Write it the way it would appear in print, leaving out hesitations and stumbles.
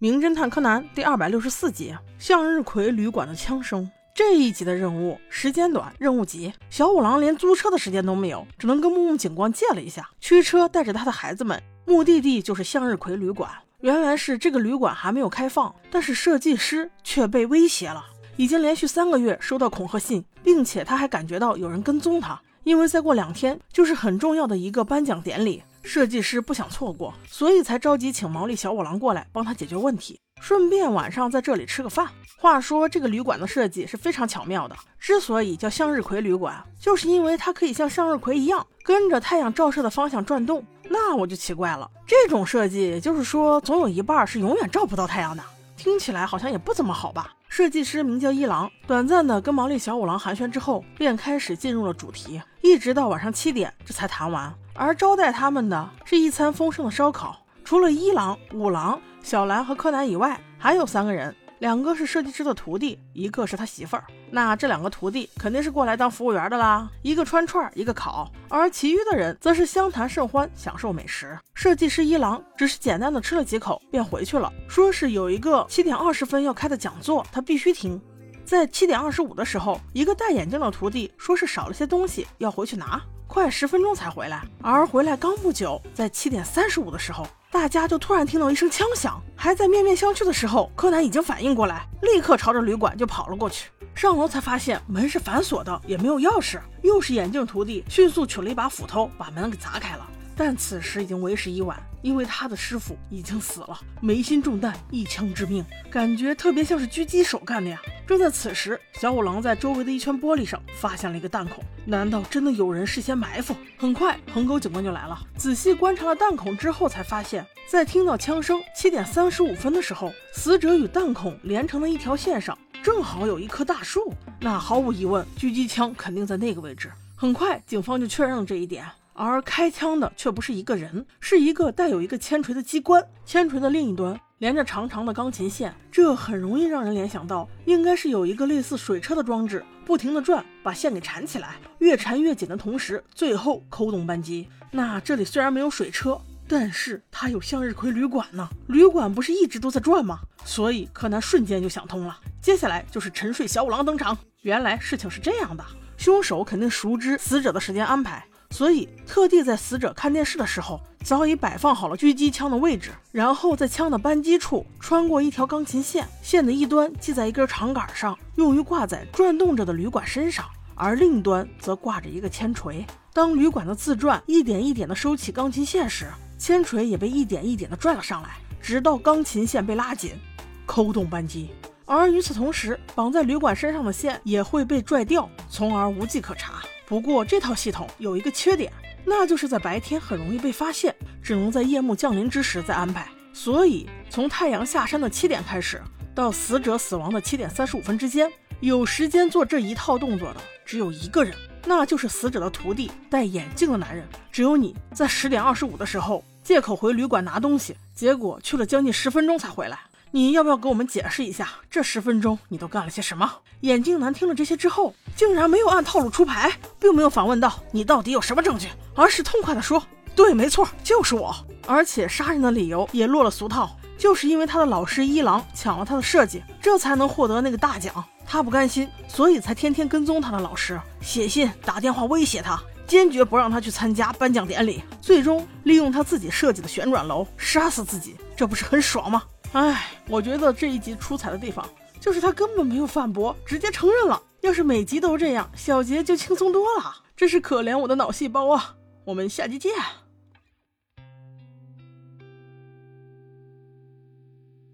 名侦探柯南第264集，向日葵旅馆的枪声。这一集的任务时间短，任务急，小五郎连租车的时间都没有，只能跟木木警官借了一下，驱车带着他的孩子们，目的地就是向日葵旅馆。原来是这个旅馆还没有开放，但是设计师却被威胁了，已经连续3个月收到恐吓信，并且他还感觉到有人跟踪他，因为再过2天就是很重要的一个颁奖典礼，设计师不想错过，所以才着急请毛利小五郎过来帮他解决问题，顺便晚上在这里吃个饭。话说这个旅馆的设计是非常巧妙的，之所以叫向日葵旅馆，就是因为它可以像向日葵一样跟着太阳照射的方向转动。那我就奇怪了，这种设计就是说总有一半是永远照不到太阳的，听起来好像也不怎么好吧。设计师名叫一郎，短暂的跟毛利小五郎寒暄之后，便开始进入了主题，一直到晚上7点这才谈完。而招待他们的是一餐丰盛的烧烤，除了一郎、五郎、小兰和柯南以外，还有3个人，2个是设计师的徒弟，一个是他媳妇儿。那这2个徒弟肯定是过来当服务员的啦，一个穿串，一个烤，而其余的人则是相谈甚欢，享受美食。设计师一郎只是简单的吃了几口便回去了，说是有一个7点20分要开的讲座，他必须听。在7点25的时候，一个戴眼镜的徒弟说是少了些东西要回去拿，快10分钟才回来，而回来刚不久，在7点35的时候，大家就突然听到一声枪响，还在面面相觑的时候，柯南已经反应过来，立刻朝着旅馆就跑了过去。上楼才发现门是反锁的，也没有钥匙，又是眼镜徒弟迅速取了一把斧头把门给砸开了。但此时已经为时已晚，因为他的师傅已经死了，眉心中弹，一枪致命，感觉特别像是狙击手干的呀。正在此时，小五郎在周围的一圈玻璃上发现了一个弹孔，难道真的有人事先埋伏？很快横沟警官就来了，仔细观察了弹孔之后才发现，在听到枪声7点35分的时候，死者与弹孔连成的一条线上正好有一棵大树，那毫无疑问狙击枪肯定在那个位置。很快警方就确认了这一点，而开枪的却不是一个人，是一个带有一个铅锤的机关，铅锤的另一端连着长长的钢琴线，这很容易让人联想到应该是有一个类似水车的装置不停地转，把线给缠起来，越缠越紧的同时最后扣动扳机。那这里虽然没有水车，但是它有向日葵旅馆呢，旅馆不是一直都在转吗？所以柯南瞬间就想通了，接下来就是沉睡小五郎登场。原来事情是这样的，凶手肯定熟知死者的时间安排，所以特地在死者看电视的时候早已摆放好了狙击枪的位置，然后在枪的扳机处穿过一条钢琴线，线的一端系在一根长杆上，用于挂在转动着的旅馆身上，而另一端则挂着一个铅锤。当旅馆的自转一点一点地收起钢琴线时，铅锤也被一点一点地拽了上来，直到钢琴线被拉紧，扣动扳机。而与此同时，绑在旅馆身上的线也会被拽掉，从而无迹可查。不过这套系统有一个缺点，那就是在白天很容易被发现，只能在夜幕降临之时再安排。所以从太阳下山的7点开始，到死者死亡的7点35分之间，有时间做这一套动作的只有一个人，那就是死者的徒弟，戴眼镜的男人。只有你在10点25的时候借口回旅馆拿东西，结果去了将近10分钟才回来，你要不要给我们解释一下这10分钟你都干了些什么？眼镜男听了这些之后，竟然没有按套路出牌，并没有反问到你到底有什么证据，而是痛快地说，对，没错，就是我。而且杀人的理由也落了俗套，就是因为他的老师一郎抢了他的设计，这才能获得那个大奖。他不甘心，所以才天天跟踪他的老师，写信打电话威胁他，坚决不让他去参加颁奖典礼，最终利用他自己设计的旋转楼杀死自己，这不是很爽吗？我觉得这一集出彩的地方就是他根本没有反驳，直接承认了。要是每集都这样，小杰就轻松多了。真是可怜我的脑细胞啊！我们下集见。